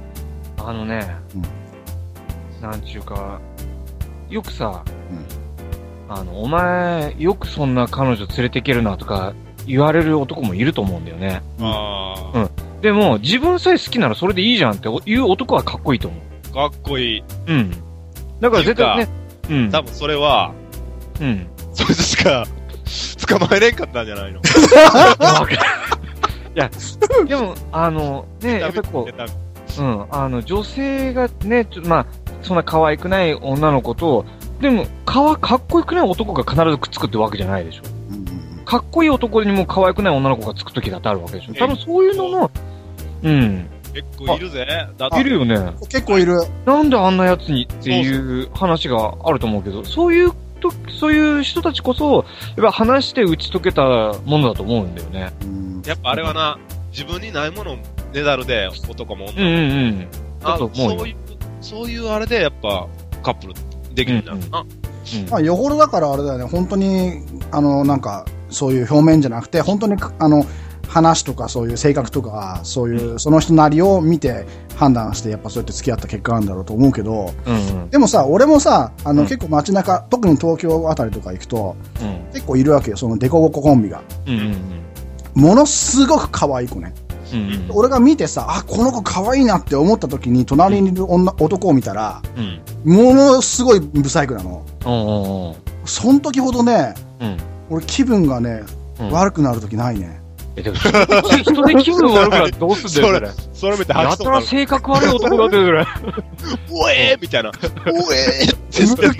なんちゅうか、よくさ、お前、よくそんな彼女連れてけるなとか言われる男もいると思うんだよね。でも、自分さえ好きならそれでいいじゃんっていう男はかっこいいと思う。
かっこいい。
だから絶対ね、
多分それは、そいつしか、捕まえれんかったんじゃないの？い
や、でも、ね、やっぱりこう、女性がね、まあ、そんな可愛くない女の子と、でも、かっこよくない男が必ずくっつくってわけじゃないでしょ。 かっこいい男にも可愛くない女の子がつくときだってあるわけでしょ。多分そういうのの、うん。
結構いるぜ。だって
いるよね。
結構いる。
なんであんなやつにっていう話があると思うけど、そういう人たちこそ、やっぱ話して打ち解けたものだと思うんだよね。
やっぱあれはな、自分にないものをねだるで、男も女も。
だと思うよ。
そういうあれでやっぱカップルできるんだろうな。
まあ、よほどだからあれだよね、本当に、なんか、そういう表面じゃなくて、本当に、話とかそういう性格とか、そういう、その人なりを見て判断して、やっぱそうやって付き合った結果なんだろうと思うけど、でもさ、俺もさ、結構街中、特に東京あたりとか行くと、結構いるわけよ、そのデコボココンビが。ものすごく可愛い子ね。俺が見てさ、あ、この子可愛いなって思った時に、隣にいる男を見たら、ものすごいブサイクなの。その時ほどね、俺気分がね、悪くなる時ないね。
でも人で気分悪くなるどうすんだよ、
それ見て
やたら性格悪い男だって、それ。
おえーみたいな。おえーって言ってんの。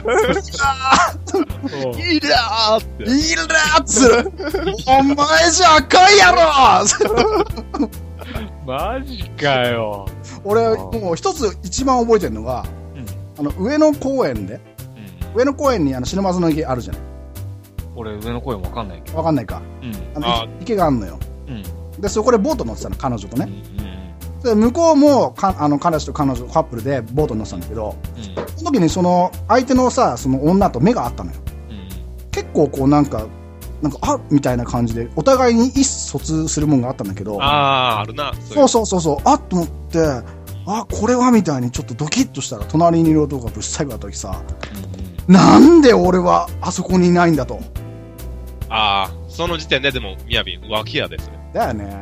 いらーって。
いらーっつる。お前じゃ赤いやろ
マジかよ。
俺、もう一つ一番覚えてるのが、上野公園で、上野公園に忍ばずの池あるじゃない。
俺、上野公園わかんないけど。
わかんないか。池があんのよ。で、そこでボート乗ってたの、彼女とね。で、向こうも、彼氏と彼女、カップルでボートに乗ってたんだけど、その時にその、相手のさ、その女と目が合ったのよ。結構こうなんか、あみたいな感じで、お互いに意思疎通するもんがあったんだけど、
あるな。
そう、あっと思って、あ、これはみたいにちょっとドキッとしたら、隣にいる男がぶっさいくだった時さ、なんで俺はあそこにいないんだと。
その時点ででも、みやびん、脇やですね。
だよね。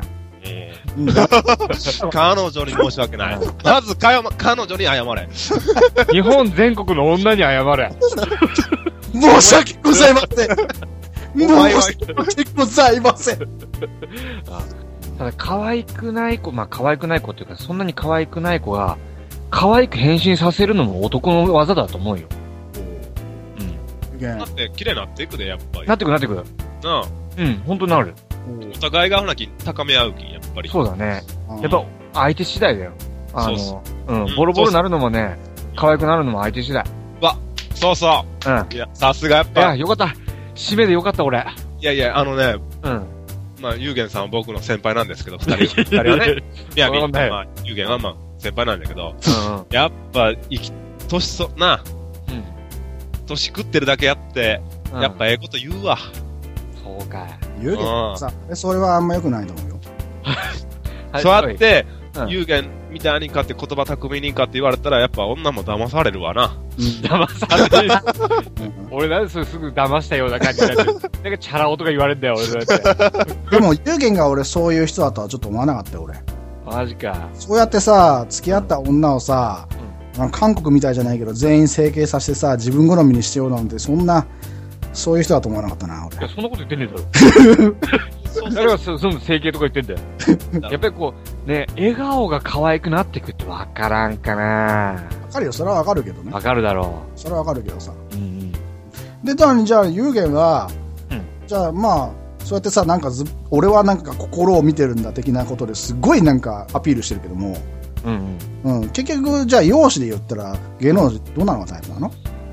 彼女に申し訳ない。まず、彼女に謝れ。
日本全国の女に謝れ。
申し訳ございません。申し訳ございません。
ただ、可愛くない子、まあ、可愛くない子っていうか、そんなに可愛くない子が、可愛く変身させるのも男の技だと思うよ。
だって、綺麗になっていくで、やっぱり。
なってく。なあ。本当になる。
お互いがほなき高め合うき、やっぱり。
そうだね。やっぱ、相手次第だよ。ボロボロなるのもね、可愛くなるのも相手次第。
そうそう。いや、さすがやっぱ。
いや、よかった。締めでよかった、俺。
いや、まあ、ゆうげんさんは僕の先輩なんですけど、二人はね。みやびん、ゆうげんは先輩なんだけど、やっぱ、年食ってるだけやって、やっぱこと言うわ。
そうか。
言うけどさ、それはあんま良くないと思うよ。
そうやって、ゆうげんみたいにかって言葉巧みにかって言われたら、やっぱ女も騙されるわな。
騙される。俺なんでそれすぐ騙したような感じになってる。なんかチャラ男が言われんだよ、俺だって。
でも、ゆうげんが俺そういう人だとはちょっと思わなかったよ、俺。
マジか。
そうやってさ、付き合った女をさ、韓国みたいじゃないけど、全員整形させてさ、自分好みにしてようなんて、そういう人だと思わなかったな、俺。
いや、そんなこと言ってねえだろ。誰がその整形とか言ってんだよ。やっぱりこう、ね、笑顔が可愛くなってくってわからんかな。
わかるよ、それはわかるけどね。
わかるだろ
う。それはわかるけどさ。で、じゃあ、ゆうげんは、じゃあ、まあ、そうやってさ、俺はなんか心を見てるんだ的なことですごいなんかアピールしてるけども、結局、じゃあ、容姿で言ったら、芸能人どんなのがタイプなの？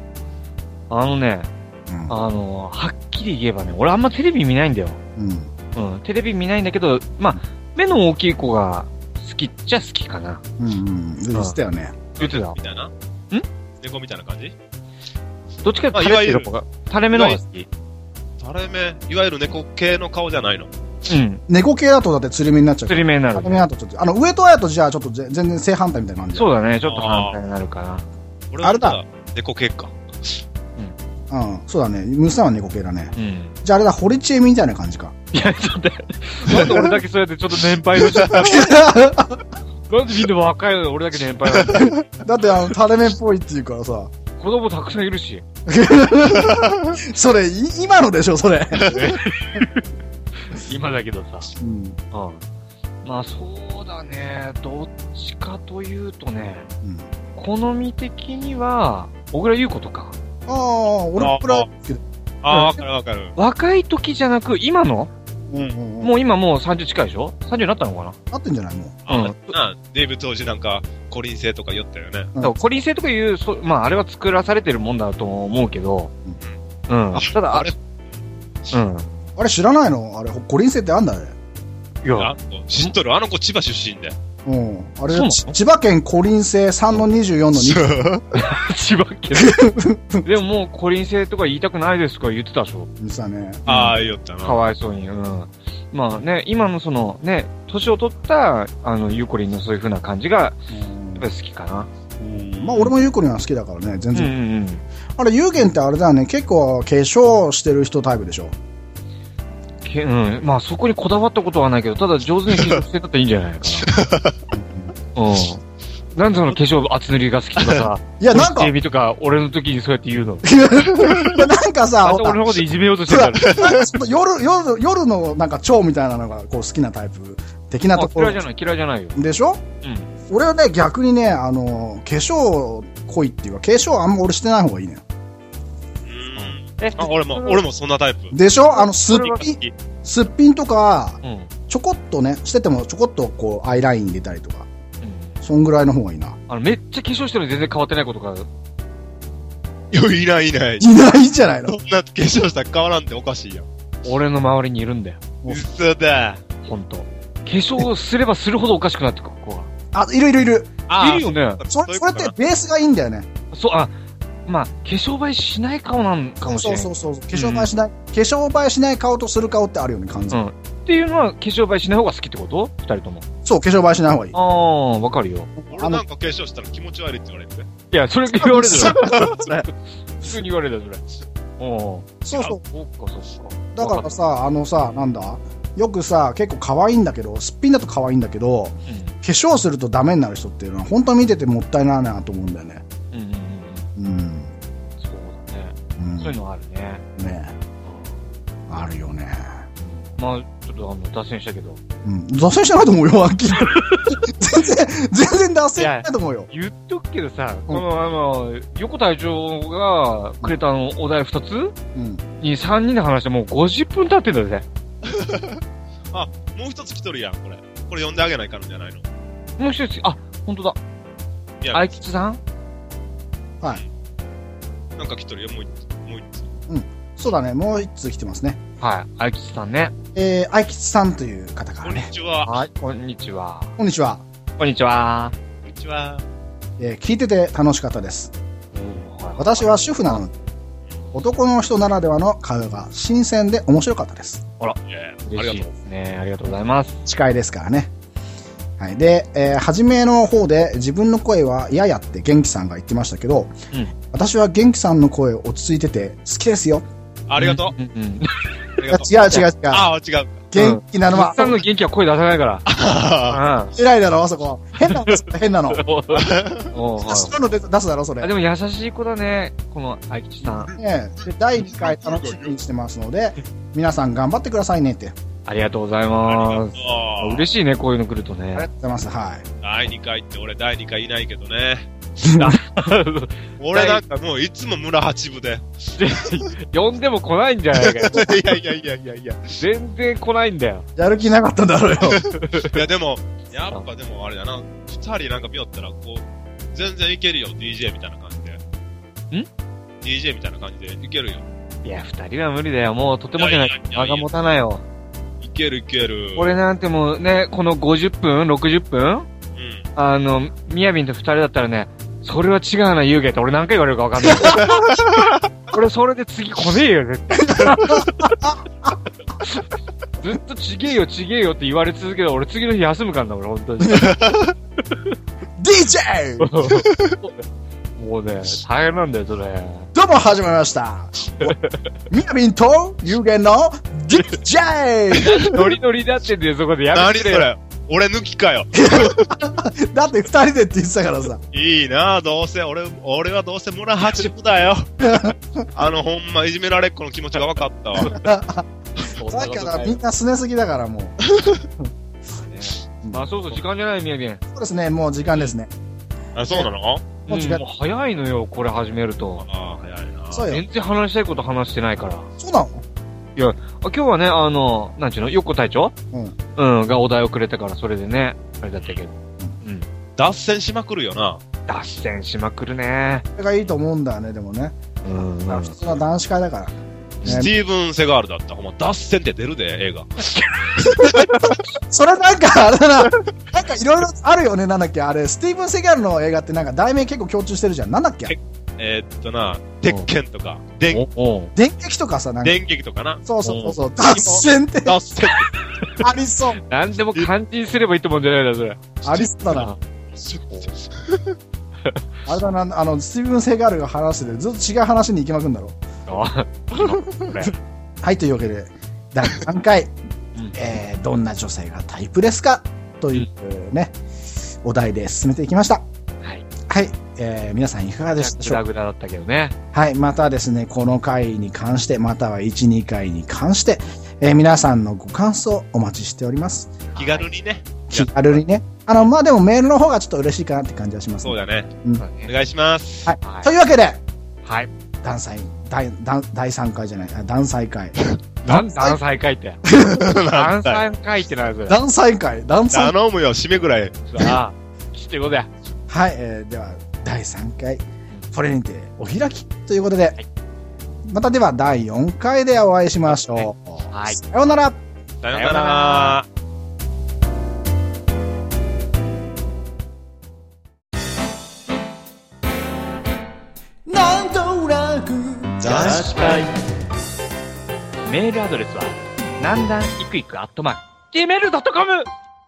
はっきり言えばね、俺あんまテレビ見ないんだよ。テレビ見ないんだけど、まあ、目の大きい子が好きっちゃ好きかな。
言ってたよね。
言ってた。
みたいな？猫みたいな感じ？
どっちかって垂れてる子が、垂れ目の方が好き。
垂れ目？いわゆる猫系の顔じゃないの？
猫系だとだって釣り目になっちゃう。
釣り目になる。
垂れ目だとちょっと、上と親とじゃあちょっと全然正反対みたいな感じ。
そうだね、ちょっと反対になるかな。
俺は猫系か。
そうだね。ムスさんは猫系だね。じゃああれだ、堀ちえみみたいな感じか。
いや、ちょっと、なんで俺だけそうやってちょっと年配の人なんでみんな若いのに俺だけ年配なの？
だって垂れ目っぽいっていうからさ。
子供たくさんいるし。
それ、今のでしょ、それ。
今だけどさ。まあそうだね。どっちかというとね、好み的には、小倉優子とか。
俺は
わかるわかる。
若い時じゃなく、今の
うん。
もう今もう30近いでしょ ?30 になったのかな
なってんじゃないも
デイブ当時なんか、コリン星とか言ったよね。
うん
コリン星とかいう、まああれは作らされてるもんだと思うけど、うん。ただ、
あれ
うん。
う。あれ知らないのあれ、コリン星ってあんだね。
いや、
知っとるあの子千葉出身で。
うん。あれ
そうなの、
千葉県コリン星3の24の2。
千葉県。でももうコリン星とか言いたくないですとか言ってたでしょ
実はね。
ああ、言おったな。
かわいそうに。うん。まあね、今のそのね、年を取った、ゆうこりんのそういう風な感じが、やっぱり好きかな。
まあ俺もゆうこりんは好きだからね、全
うんう
然。
ん
あれ、ゆうげんってあれだよね、結構化粧してる人タイプでしょ。
うん。まあそこにこだわったことはないけど、ただ上手に化粧してたっていいんじゃないかな。うん。なんでその化粧厚塗りが好きとかさ、
いや、なんか、
エビとか俺の時にそうやって言うの。
いやなんかさ、
あと俺のこといじめようとしてるから。
なんかちょっと夜のなんか蝶みたいなのがこう好きなタイプ的なところ。
嫌いじゃないよ。
でしょ
うん。
俺はね、逆にね、化粧濃いっていうか、化粧あんま俺してない方がいいね。
俺もそんなタイプ。
でしょすっ
それは
ぴん、すっぴんとか、
うん。
ちょこっとね、しててもちょこっとこう、アイライン入れたりとか、そんぐらいの方がいいな。
めっちゃ化粧してるのに全然変わってないことが、
いないいない。
いないんじゃないの
そんな化粧したら変わらんっておかしいやん。
俺の周りにいるんだよ。
嘘だ。
ほんと。化粧すればするほどおかしくなってくる、ここ
あ、いる。
が。いるよね。
それってベースがいいんだよね。
まあ、化粧映えしない顔なんかもしれない。
そう。化粧映えしない、化粧映えしない顔とする顔ってあるよね、完全に。
っていうのは、化粧映えしない方が好きってこと二人とも。
そう、化粧映えしない方がいい。
ああ、わかるよ。
俺なんか化粧したら気持ち悪いって言われて。
いや、それ言われるよ。
それ
普通に言われるよ、それ。
そうそう。
そっか、そっか。
だからさ、なんだよくさ、結構可愛いんだけど、すっぴんだと可愛いんだけど、化粧するとダメになる人っていうのは、本当見ててもったいないなと思うんだよね。うん。
そうだね。そういうのあるね。
ねあるよね。
まあ、ちょっと脱線したけど。
脱線してないと思うよ、はっきり。全然脱線してないと思うよ。
言っとくけどさ、この横隊長がくれたお題2つに3人で話してもう50分経ってんだぜ。
あ、もう一つ来とるやん、これ。これ読んであげないからんじゃないの。
もう一つ、ほんとだ。
いや、
愛吉さん
はい。
なんか来とるよ、もう一つ。
そうだね、もう一通来てますね。
はい、愛吉さんね。
愛吉さんという方からね。
こんにちは。
はい、こんにちは。
こんにちは。
こんにちは。
こんにちは。
聞いてて楽しかったです。私は主婦なので、男の人ならではの会話が新鮮で面白かったです。
あら、嬉しいですね。ありがとうございます。
司会ですからね。はい。で、初めの方で自分の声は嫌やって元気さんが言ってましたけど、私は元気さんの声落ち着いてて好きですよ。
ありがとう。
違う。
あ、違う。
元気なのは。
おっさんの元気は声出さないから。
偉いだろ、そこ。変なの。そういうの出すだろ、それ。
でも優しい子だね、この愛吉さん。
ねで、第2回楽しみにしてますので、皆さん頑張ってくださいねって。
ありがとうございます。嬉しいね、こういうの来るとね。
ありがとうございます、はい。
第2回って俺第2回いないけどね。俺なんかもういつも村八部で。
呼んでも来ないんじゃないかよ。
いや。
全然来ないんだよ。
やる気なかったんだろうよ。
いやでも、やっぱでもあれだな。二人なんか見よったら、こう、全然いけるよ、DJ みたいな感じで。DJ みたいな感じでいけるよ。
いや、二人は無理だよ。もうとてもじゃない。間が持たないよ。
いける。
俺なんてもうね、この50分 ?60 分みやびんと二人だったらね、それは違うな、ゆうげって俺何回言われるかわかんない。俺それで次来ねえよ、絶対。ずっとちげえよって言われ続けて、俺次の日休むからな、俺、ほんとに。
DJ!
もうね、大変なんだよ、それ。
どうも始まりました。みやびんとゆうげんの DJ!
ノリノリだってんだよ、そこでやめてくれ。
何それ俺抜きかよ。
だって二人でって言ってたからさ。
いいなどうせ、俺はどうせ村八部だよ。ほんまいじめられっ子の気持ちが分かったわ。
さっきからみんなすねすぎだからもう。
まあそうそう、時間じゃない、みやびん。
そうですね、もう時間ですね。
あ、そうなの？
もう違う
もう早いのよ、これ始めると。
ああ、早いな。
そうよ。
全然話したいこと話してないから。
そうなの？
今日はね、なんちゅうの、横隊長
うん。
がお題をくれたから、それでね、あれだったけど。うん。
脱線しまくるよな。
脱線しまくるね。
それがいいと思うんだよね、でもね。普通の男子会だから。
スティーブン・セガールだったらほんま脱線って出るで、映画。
それなんか、あれだな。なんかいろいろあるよね、なんだっけ。あれ、スティーブン・セガールの映画ってなんか題名結構共通してるじゃん。なんだっけ？
鉄拳とか、電
撃とかさ、なんか。
撃とかな。
そうそうそう。脱線って
脱線って。
ありそう。
なんでも漢字にすればいいと思うんじゃないだ、それ。
ありそうだな。あれだな、スティーブン・セガールが話してて、ずっと違う話に行きまくんだろ。はい、というわけで、第3回、どんな女性がタイプですかというね、お題で進めていきました。
はい。
はい、皆さんいかがでしたでしょうか？
グダグダだったけどね。
はい、またですね、この回に関して、または1、2回に関して、皆さんのご感想お待ちしております。
気軽にね。
気軽にね。まあ、でもメールの方がちょっと嬉しいかなって感じはします、
そうだね。
うん。
お願いします。
はい。というわけで、
はい。
第3回じゃない、断裁会。
断裁会って。断裁会って何それ。
断裁会。
頼むよ、締めぐらい。
さあ、ってことや。
はい、では、第3回、これにてお開きということで、またでは第4回でお会いしましょう。
はい。
さようなら。
さようなら。
なんとなく
男子会。
メールアドレスは、なんだんいくいく@gmail.com。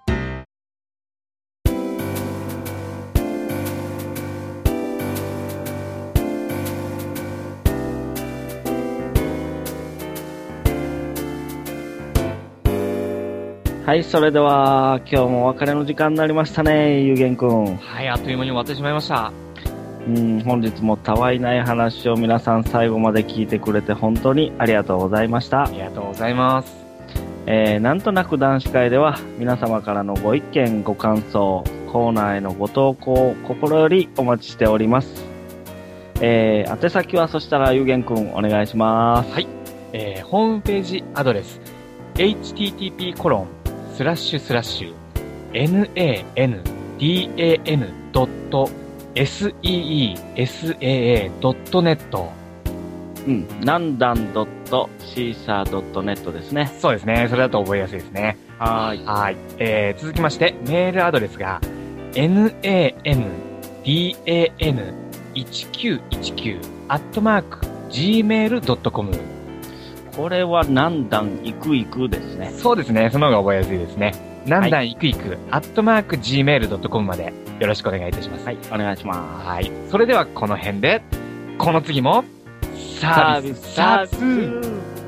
はい、それでは、今日もお別れの時間になりましたね、ゆうげんくん。
はい、あっという間に終わってしまいました。
本日もたわいない話を皆さん最後まで聞いてくれて本当にありがとうございました。
ありがとうございます。
なんとなく男子会では皆様からのご意見、ご感想、コーナーへのご投稿、心よりお待ちしております。宛先はそしたらゆうげんくんお願いします。
はい。ホームページアドレス、http://nandan.seesaa.net。
なんだん .caesar.net ですね。
そうですね。それだと覚えやすいですね。
はい。
はい。続きまして、メールアドレスが、nandan1919@gmail.com。
これはなんだんいくいくですね。
そうですね。その方が覚えやすいですね。なんだんいくいく@gmail.com までよろしくお願いいたします。
はい、お願いします。
はい。それではこの辺で、この次も、サービス。